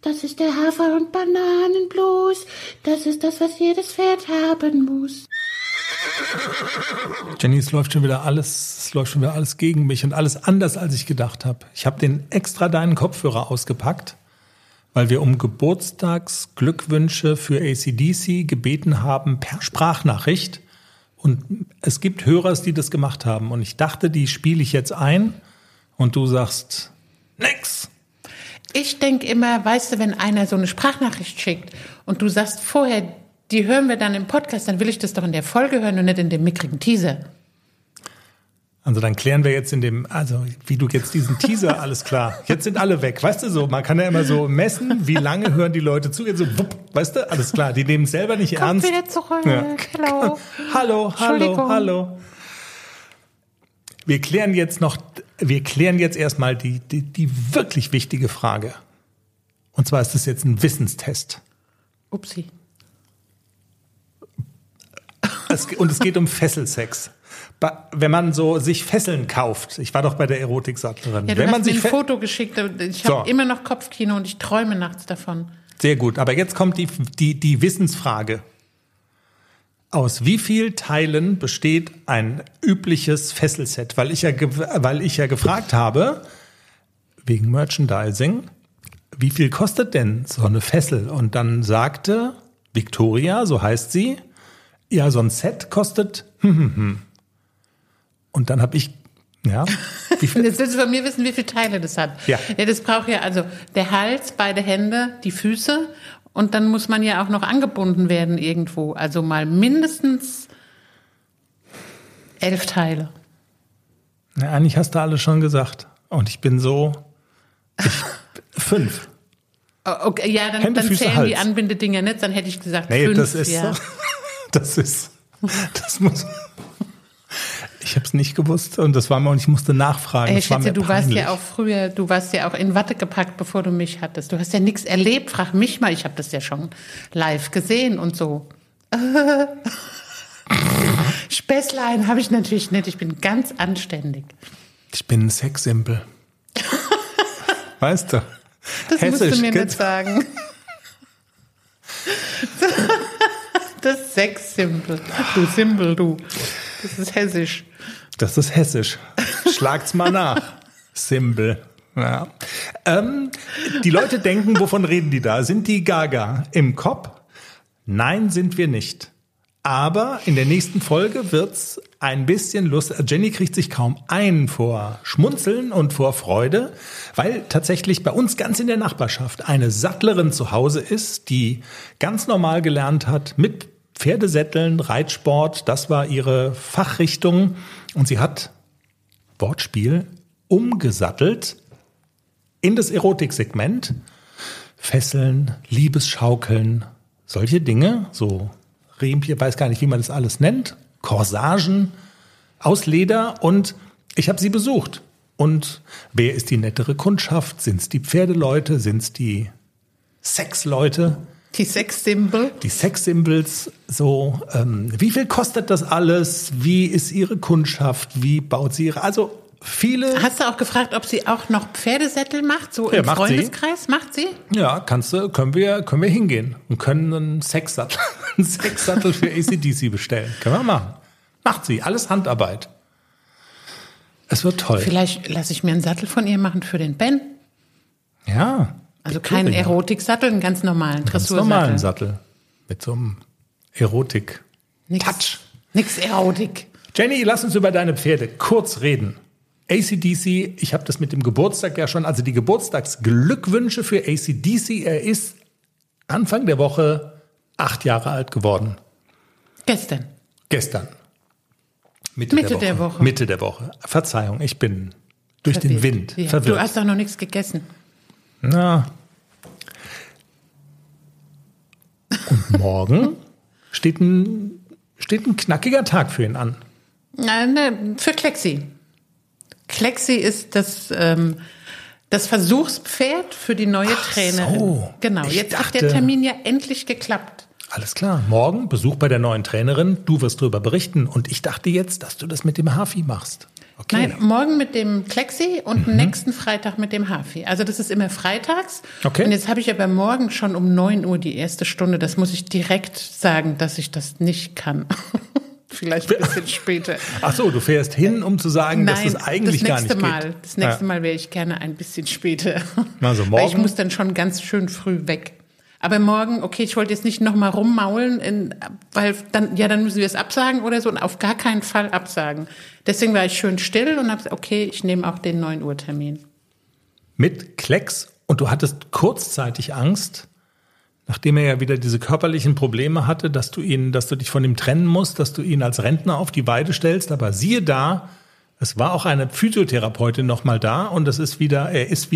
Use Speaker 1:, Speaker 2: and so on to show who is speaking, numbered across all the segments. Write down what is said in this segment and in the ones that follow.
Speaker 1: Das ist der Hafer- und Bananenblues. Das ist das, was jedes Pferd haben muss.
Speaker 2: Jenny, es läuft schon wieder alles gegen mich und alles anders, als ich gedacht habe. Ich habe extra deinen Kopfhörer ausgepackt, weil wir um Geburtstagsglückwünsche für AC/DC gebeten haben per Sprachnachricht. Und es gibt Hörer, die das gemacht haben. Und ich dachte, die spiele ich jetzt ein. Und du sagst, nix.
Speaker 1: Ich denke immer, weißt du, wenn einer so eine Sprachnachricht schickt und du sagst vorher, die hören wir dann im Podcast, dann will ich das doch in der Folge hören und nicht in dem mickrigen Teaser.
Speaker 2: Also dann klären wir jetzt wie du jetzt diesen Teaser, alles klar. Jetzt sind alle weg, weißt du so, man kann ja immer so messen, wie lange hören die Leute zu, jetzt so, wupp, weißt du, alles klar, die nehmen es selber nicht
Speaker 1: Kommt
Speaker 2: ernst.
Speaker 1: wieder zurück,
Speaker 2: ja.
Speaker 1: Hallo.
Speaker 2: Hallo. Wir klären jetzt erstmal die wirklich wichtige Frage. Und zwar ist das jetzt ein Wissenstest.
Speaker 1: Upsi.
Speaker 2: Es geht um Fesselsex. Wenn man so sich Fesseln kauft, ich war doch bei der Erotiksattlerin.
Speaker 1: Ja, du hast mir ein Foto geschickt, ich habe immer noch Kopfkino und ich träume nachts davon.
Speaker 2: Sehr gut, aber jetzt kommt die Wissensfrage. Aus wie vielen Teilen besteht ein übliches Fesselset? Weil ich ja gefragt habe, wegen Merchandising, wie viel kostet denn so eine Fessel? Und dann sagte Victoria, so heißt sie, ja, so ein Set kostet Und dann habe ich, ja.
Speaker 1: Jetzt willst du von mir wissen, wie viele Teile das hat.
Speaker 2: Ja,
Speaker 1: das braucht ja also der Hals, beide Hände, die Füße und dann muss man ja auch noch angebunden werden irgendwo. Also mal mindestens 11 Teile.
Speaker 2: Na, eigentlich hast du alles schon gesagt. Und ich bin 5.
Speaker 1: Okay, ja, dann zählen
Speaker 2: Hals.
Speaker 1: Die Anbindedinger nicht, dann hätte ich gesagt
Speaker 2: 5. Nee,
Speaker 1: 5.
Speaker 2: Das ist
Speaker 1: ja.
Speaker 2: so. Das muss. Ich habe es nicht gewusst und ich musste nachfragen.
Speaker 1: Ey, Schätze, du warst ja auch in Watte gepackt, bevor du mich hattest. Du hast ja nichts erlebt, frag mich mal, ich habe das ja schon live gesehen und so. Späßlein habe ich natürlich nicht, ich bin ganz anständig.
Speaker 2: Ich bin ein Sexsymbol. Weißt du?
Speaker 1: Das musst du mir nicht sagen. Das Sexsymbol. Du Symbol, du. Das ist hessisch.
Speaker 2: Das ist hessisch. Schlagt's mal nach. Symbol. Ja. Die Leute denken, wovon reden die da? Sind die gaga im Kopf? Nein, sind wir nicht. Aber in der nächsten Folge wird's ein bisschen lustig. Jenny kriegt sich kaum ein vor Schmunzeln und vor Freude, weil tatsächlich bei uns ganz in der Nachbarschaft eine Sattlerin zu Hause ist, die ganz normal gelernt hat mit Pferdesätteln, Reitsport, das war ihre Fachrichtung. Und sie hat, Wortspiel, umgesattelt in das Erotiksegment. Fesseln, Liebesschaukeln, solche Dinge, so Riempchen, weiß gar nicht, wie man das alles nennt, Corsagen aus Leder. Und ich habe sie besucht. Und wer ist die nettere Kundschaft? Sind es die Pferdeleute? Sind es die Sexleute?
Speaker 1: Die Sexsymbol?
Speaker 2: Die Sexsymbols, so, wie viel kostet das alles? Wie ist ihre Kundschaft? Wie baut sie ihre, also viele.
Speaker 1: Hast du auch gefragt, ob sie auch noch Pferdesättel macht, so
Speaker 2: ja,
Speaker 1: im Freundeskreis? Macht sie?
Speaker 2: Ja, können wir hingehen und können einen Sexsattel für AC/DC bestellen. Können wir machen. Macht sie, alles Handarbeit. Es wird toll.
Speaker 1: Vielleicht lasse ich mir einen Sattel von ihr machen für den Ben.
Speaker 2: Ja.
Speaker 1: Also keinen Erotiksattel, einen ganz normalen Dressursattel.
Speaker 2: Ganz normalen Sattel. Mit so einem Erotik-Touch.
Speaker 1: Nix Erotik.
Speaker 2: Jenny, lass uns über deine Pferde kurz reden. AC/DC, ich habe das mit dem Geburtstag ja schon, also die Geburtstagsglückwünsche für AC/DC. Er ist Anfang der Woche 8 Jahre alt geworden.
Speaker 1: Gestern.
Speaker 2: Mitte der Woche. Verzeihung, ich bin durch den Wind verwirrt.
Speaker 1: Du hast doch noch nichts gegessen.
Speaker 2: Na. Und morgen steht ein knackiger Tag für ihn an.
Speaker 1: Nein, für Klexi. Klexi ist das Versuchspferd für die neue Trainerin.
Speaker 2: So.
Speaker 1: Genau, jetzt hat der Termin ja endlich geklappt.
Speaker 2: Alles klar, morgen Besuch bei der neuen Trainerin. Du wirst darüber berichten. Und ich dachte jetzt, dass du das mit dem Hafi machst. Okay.
Speaker 1: Nein, morgen mit dem Klexi und nächsten Freitag mit dem Hafi. Also das ist immer freitags.
Speaker 2: Okay.
Speaker 1: Und jetzt habe ich aber morgen schon um 9 Uhr die erste Stunde. Das muss ich direkt sagen, dass ich das nicht kann. Vielleicht ein bisschen später.
Speaker 2: Ach so, du fährst hin, um zu sagen, dass das eigentlich gar nicht geht.
Speaker 1: Das nächste Mal wäre ich gerne ein bisschen später.
Speaker 2: Also morgen?
Speaker 1: Weil ich muss dann schon ganz schön früh weg. Aber morgen, okay, ich wollte jetzt nicht nochmal rummaulen, weil dann müssen wir es absagen oder so und auf gar keinen Fall absagen. Deswegen war ich schön still und habe gesagt, okay, ich nehme auch den 9 Uhr Termin.
Speaker 2: Mit Klecks, und du hattest kurzzeitig Angst, nachdem er ja wieder diese körperlichen Probleme hatte, dass du dich von ihm trennen musst, dass du ihn als Rentner auf die Weide stellst, aber siehe da, es war auch eine Physiotherapeutin nochmal da und er ist wieder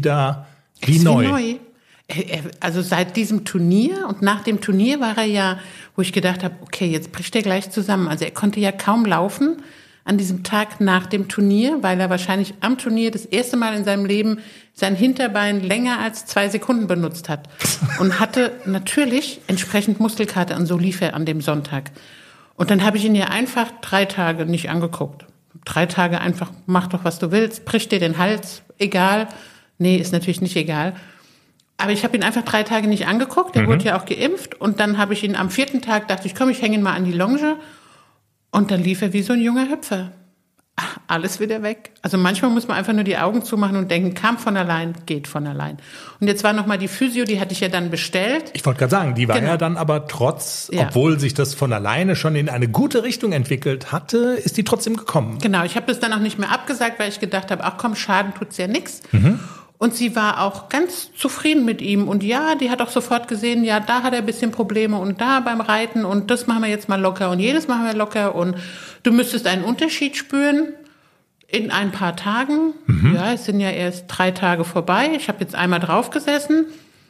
Speaker 2: wie neu.
Speaker 1: Also seit diesem Turnier und nach dem Turnier war er ja, wo ich gedacht habe, okay, jetzt bricht er gleich zusammen. Also er konnte ja kaum laufen an diesem Tag nach dem Turnier, weil er wahrscheinlich am Turnier das erste Mal in seinem Leben sein Hinterbein länger als 2 Sekunden benutzt hat. Und hatte natürlich entsprechend Muskelkater und so lief er an dem Sonntag. Und dann habe ich ihn ja einfach 3 Tage nicht angeguckt. 3 Tage einfach, mach doch, was du willst, brich dir den Hals, egal. Nee, ist natürlich nicht egal. Aber ich habe ihn einfach 3 Tage nicht angeguckt. Er wurde ja auch geimpft. Und dann habe ich ihn am 4. Tag, dachte ich, komm, ich hänge ihn mal an die Longe. Und dann lief er wie so ein junger Hüpfer. Ach, alles wieder weg. Also manchmal muss man einfach nur die Augen zumachen und denken, kam von allein, geht von allein. Und jetzt war nochmal die Physio, die hatte ich ja dann bestellt.
Speaker 2: Ich wollte gerade sagen, die war
Speaker 1: Genau.
Speaker 2: ja dann aber obwohl sich das von alleine schon in eine gute Richtung entwickelt hatte, ist die trotzdem gekommen.
Speaker 1: Genau, ich habe das dann auch nicht mehr abgesagt, weil ich gedacht habe, ach komm, Schaden tut's ja nix. Und sie war auch ganz zufrieden mit ihm. Und ja, die hat auch sofort gesehen, ja, da hat er ein bisschen Probleme und da beim Reiten und das machen wir jetzt mal locker und jedes machen wir locker und du müsstest einen Unterschied spüren in ein paar Tagen. Ja, es sind ja erst 3 Tage vorbei. Ich habe jetzt einmal draufgesessen.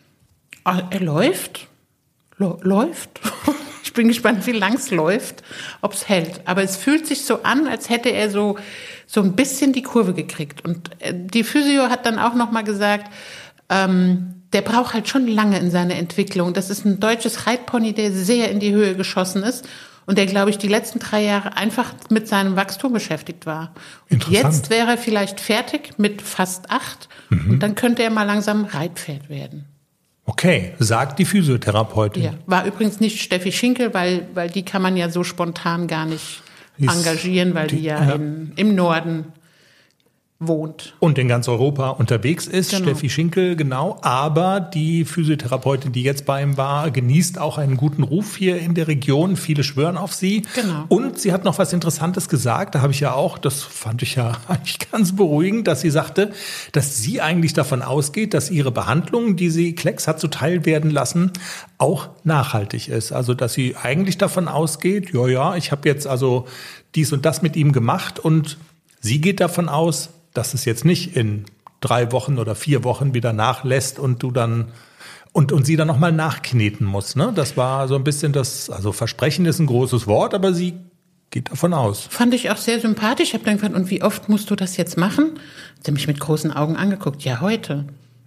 Speaker 1: Er läuft. Läuft. Ich bin gespannt, wie lang es läuft, ob es hält. Aber es fühlt sich so an, als hätte er so ein bisschen die Kurve gekriegt. Und die Physio hat dann auch noch mal gesagt, der braucht halt schon lange in seiner Entwicklung. Das ist ein deutsches Reitpony, der sehr in die Höhe geschossen ist und der, glaube ich, die letzten 3 Jahre einfach mit seinem Wachstum beschäftigt war. Und jetzt wäre er vielleicht fertig mit fast 8 und dann könnte er mal langsam Reitpferd werden.
Speaker 2: Okay, sagt die Physiotherapeutin.
Speaker 1: Ja, war übrigens nicht Steffi Schinkel, weil die kann man ja so spontan gar nicht engagieren, weil die ja im Norden wohnt.
Speaker 2: Und in ganz Europa unterwegs ist,
Speaker 1: Genau.
Speaker 2: Steffi Schinkel, genau. Aber die Physiotherapeutin, die jetzt bei ihm war, genießt auch einen guten Ruf hier in der Region. Viele schwören auf sie.
Speaker 1: Genau.
Speaker 2: Und sie hat noch was Interessantes gesagt. Da habe ich ja auch, das fand ich ja eigentlich ganz beruhigend, dass sie sagte, dass sie eigentlich davon ausgeht, dass ihre Behandlung, die sie Klecks hat zuteil werden lassen, auch nachhaltig ist. Also, dass sie eigentlich davon ausgeht, ja, ich habe jetzt also dies und das mit ihm gemacht und sie geht davon aus, dass es jetzt nicht in 3 Wochen oder 4 Wochen wieder nachlässt und du dann und sie dann nochmal nachkneten muss. Ne? Das war so ein bisschen also Versprechen ist ein großes Wort, aber sie geht davon aus.
Speaker 1: Fand ich auch sehr sympathisch. Ich habe dann gefragt, und wie oft musst du das jetzt machen? Sie hat mich mit großen Augen angeguckt. Ja, heute.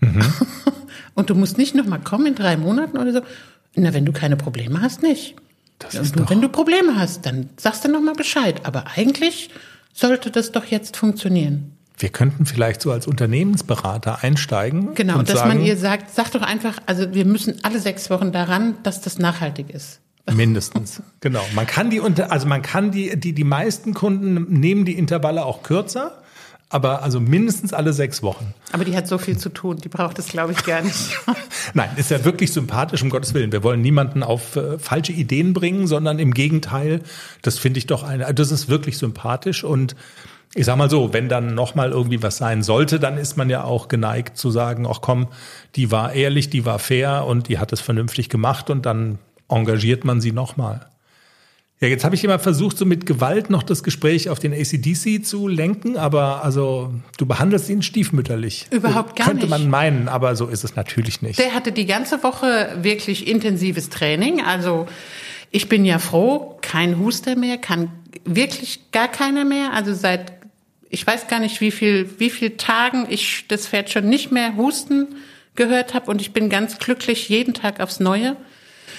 Speaker 1: Und du musst nicht nochmal kommen in 3 Monaten oder so. Na, wenn du keine Probleme hast, nicht. Wenn du Probleme hast, dann sagst du nochmal Bescheid. Aber eigentlich sollte das doch jetzt funktionieren.
Speaker 2: Wir könnten vielleicht so als Unternehmensberater einsteigen.
Speaker 1: Genau,
Speaker 2: und
Speaker 1: dass
Speaker 2: sagen,
Speaker 1: man ihr sagt, sag doch einfach, also wir müssen alle 6 Wochen daran, dass das nachhaltig ist.
Speaker 2: Mindestens, genau. Man kann die meisten Kunden nehmen die Intervalle auch kürzer, aber also mindestens alle 6 Wochen.
Speaker 1: Aber die hat so viel zu tun, die braucht es, glaube ich, gar nicht.
Speaker 2: Nein, ist ja wirklich sympathisch, um Gottes Willen. Wir wollen niemanden auf falsche Ideen bringen, sondern im Gegenteil, das finde ich doch das ist wirklich sympathisch und ich sag mal so, wenn dann nochmal irgendwie was sein sollte, dann ist man ja auch geneigt zu sagen, ach komm, die war ehrlich, die war fair und die hat es vernünftig gemacht und dann engagiert man sie nochmal. Ja, jetzt habe ich immer versucht, so mit Gewalt noch das Gespräch auf den AC/DC zu lenken, aber also du behandelst ihn stiefmütterlich.
Speaker 1: Überhaupt gar
Speaker 2: Könnte
Speaker 1: nicht.
Speaker 2: man meinen, aber so ist es natürlich nicht.
Speaker 1: Der hatte die ganze Woche wirklich intensives Training. Also ich bin ja froh, kein Huster mehr, kann wirklich gar keiner mehr. Also seit, ich weiß gar nicht, wie viel Tagen ich das Pferd schon nicht mehr husten gehört habe und ich bin ganz glücklich jeden Tag aufs Neue.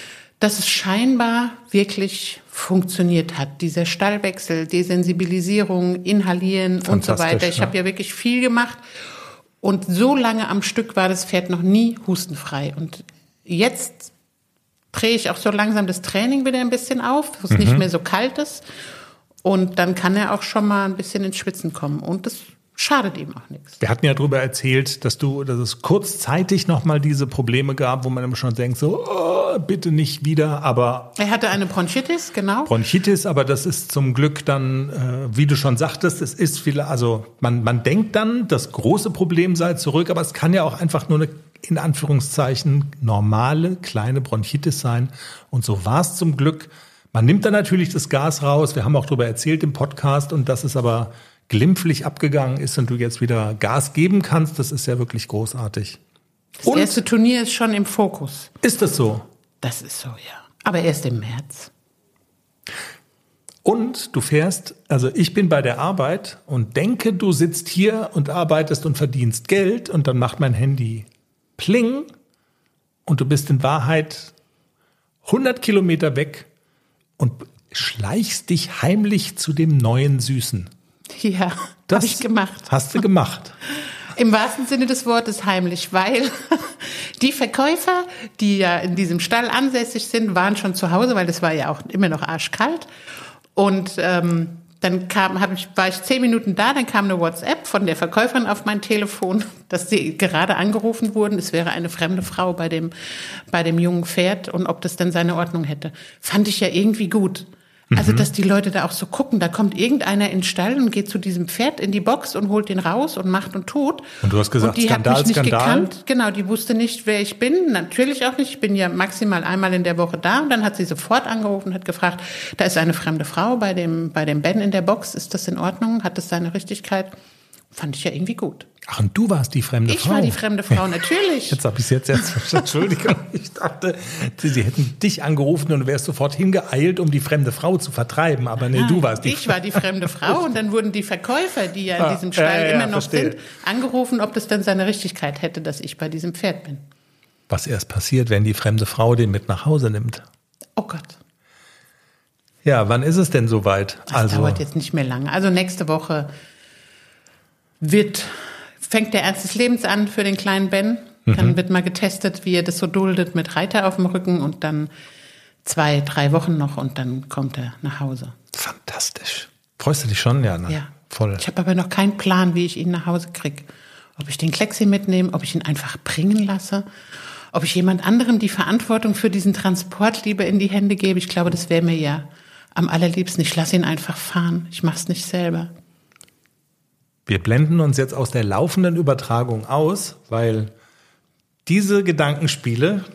Speaker 1: dass es scheinbar wirklich funktioniert hat. Dieser Stallwechsel, Desensibilisierung, Inhalieren und so weiter. Ich habe ja wirklich viel gemacht und so lange am Stück war das Pferd noch nie hustenfrei. Und jetzt drehe ich auch so langsam das Training wieder ein bisschen auf, wo es nicht mehr so kalt ist. Und dann kann er auch schon mal ein bisschen ins Schwitzen kommen. Und das schadet ihm auch nichts.
Speaker 2: Wir hatten ja darüber erzählt, dass es kurzzeitig nochmal diese Probleme gab, wo man immer schon denkt, so, oh, bitte nicht wieder, aber...
Speaker 1: Er hatte eine Bronchitis, genau.
Speaker 2: Bronchitis, aber das ist zum Glück dann, wie du schon sagtest, es ist viel, also man denkt dann, das große Problem sei zurück, aber es kann ja auch einfach nur eine, in Anführungszeichen, normale, kleine Bronchitis sein. Und so war es zum Glück. Man nimmt dann natürlich das Gas raus, wir haben auch darüber erzählt im Podcast, und das ist aber glimpflich abgegangen ist und du jetzt wieder Gas geben kannst, das ist ja wirklich großartig.
Speaker 1: Das erste Turnier ist schon im Fokus.
Speaker 2: Ist das so?
Speaker 1: Das ist so, ja. Aber erst im März.
Speaker 2: Und du fährst, also ich bin bei der Arbeit und denke, du sitzt hier und arbeitest und verdienst Geld und dann macht mein Handy Pling und du bist in Wahrheit 100 Kilometer weg und schleichst dich heimlich zu dem neuen Süßen.
Speaker 1: Ja, habe ich gemacht.
Speaker 2: Hast du gemacht.
Speaker 1: Im wahrsten Sinne des Wortes heimlich, weil die Verkäufer, die ja in diesem Stall ansässig sind, waren schon zu Hause, weil das war ja auch immer noch arschkalt. Und dann war ich 10 Minuten da, dann kam eine WhatsApp von der Verkäuferin auf mein Telefon, dass sie gerade angerufen wurden. Es wäre eine fremde Frau bei dem jungen Pferd und ob das dann seine Ordnung hätte. Fand ich ja irgendwie gut. Also, dass die Leute da auch so gucken, da kommt irgendeiner in den Stall und geht zu diesem Pferd in die Box und holt den raus und macht und tut.
Speaker 2: Und du hast gesagt,
Speaker 1: und die
Speaker 2: Skandal,
Speaker 1: hat mich nicht
Speaker 2: Skandal?
Speaker 1: gekannt. Genau, die wusste nicht, wer ich bin. Natürlich auch nicht. Ich bin ja maximal einmal in der Woche da. Und dann hat sie sofort angerufen und hat gefragt, da ist eine fremde Frau bei dem Ben in der Box. Ist das in Ordnung? Hat das seine Richtigkeit? Fand ich ja irgendwie gut.
Speaker 2: Ach, und du warst die fremde Frau?
Speaker 1: Ich war die fremde Frau, natürlich.
Speaker 2: Jetzt habe ich es jetzt verstanden. Entschuldigung. Ich dachte, sie hätten dich angerufen und du wärst sofort hingeeilt, um die fremde Frau zu vertreiben. Aber nee, du warst die
Speaker 1: Ich war die fremde Frau und dann wurden die Verkäufer, die ja in diesem Stall immer noch sind, angerufen, ob das dann seine Richtigkeit hätte, dass ich bei diesem Pferd bin.
Speaker 2: Was erst passiert, wenn die fremde Frau den mit nach Hause nimmt?
Speaker 1: Oh Gott.
Speaker 2: Ja, wann ist es denn soweit?
Speaker 1: Das dauert jetzt nicht mehr lange. Also nächste Woche fängt der Ernst des Lebens an für den kleinen Ben. Dann wird mal getestet, wie er das so duldet mit Reiter auf dem Rücken und dann 2-3 Wochen noch und dann kommt er nach Hause.
Speaker 2: Fantastisch. Freust du dich schon? Ja, ne?
Speaker 1: Ja.
Speaker 2: Voll.
Speaker 1: Ich habe aber noch keinen Plan, wie ich ihn nach Hause kriege. Ob ich den Klexi mitnehme, ob ich ihn einfach bringen lasse, ob ich jemand anderem die Verantwortung für diesen Transport lieber in die Hände gebe. Ich glaube, das wäre mir ja am allerliebsten. Ich lasse ihn einfach fahren. Ich mache es nicht selber.
Speaker 2: Wir blenden uns jetzt aus der laufenden Übertragung aus, weil diese Gedankenspiele,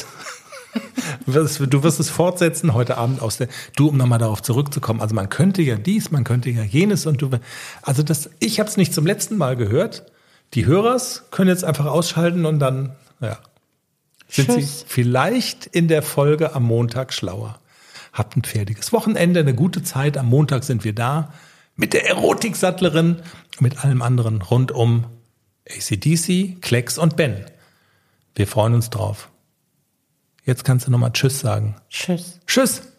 Speaker 2: du wirst es fortsetzen heute Abend um nochmal darauf zurückzukommen. Also man könnte ja dies, man könnte ja jenes und ich habe es nicht zum letzten Mal gehört. Die Hörers können jetzt einfach ausschalten und dann, sind sie vielleicht in der Folge am Montag schlauer. Habt ein pferdiges Wochenende, eine gute Zeit. Am Montag sind wir da. Mit der Erotiksattlerin, mit allem anderen rund um AC/DC, Klecks und Ben. Wir freuen uns drauf. Jetzt kannst du nochmal Tschüss sagen.
Speaker 1: Tschüss.
Speaker 2: Tschüss.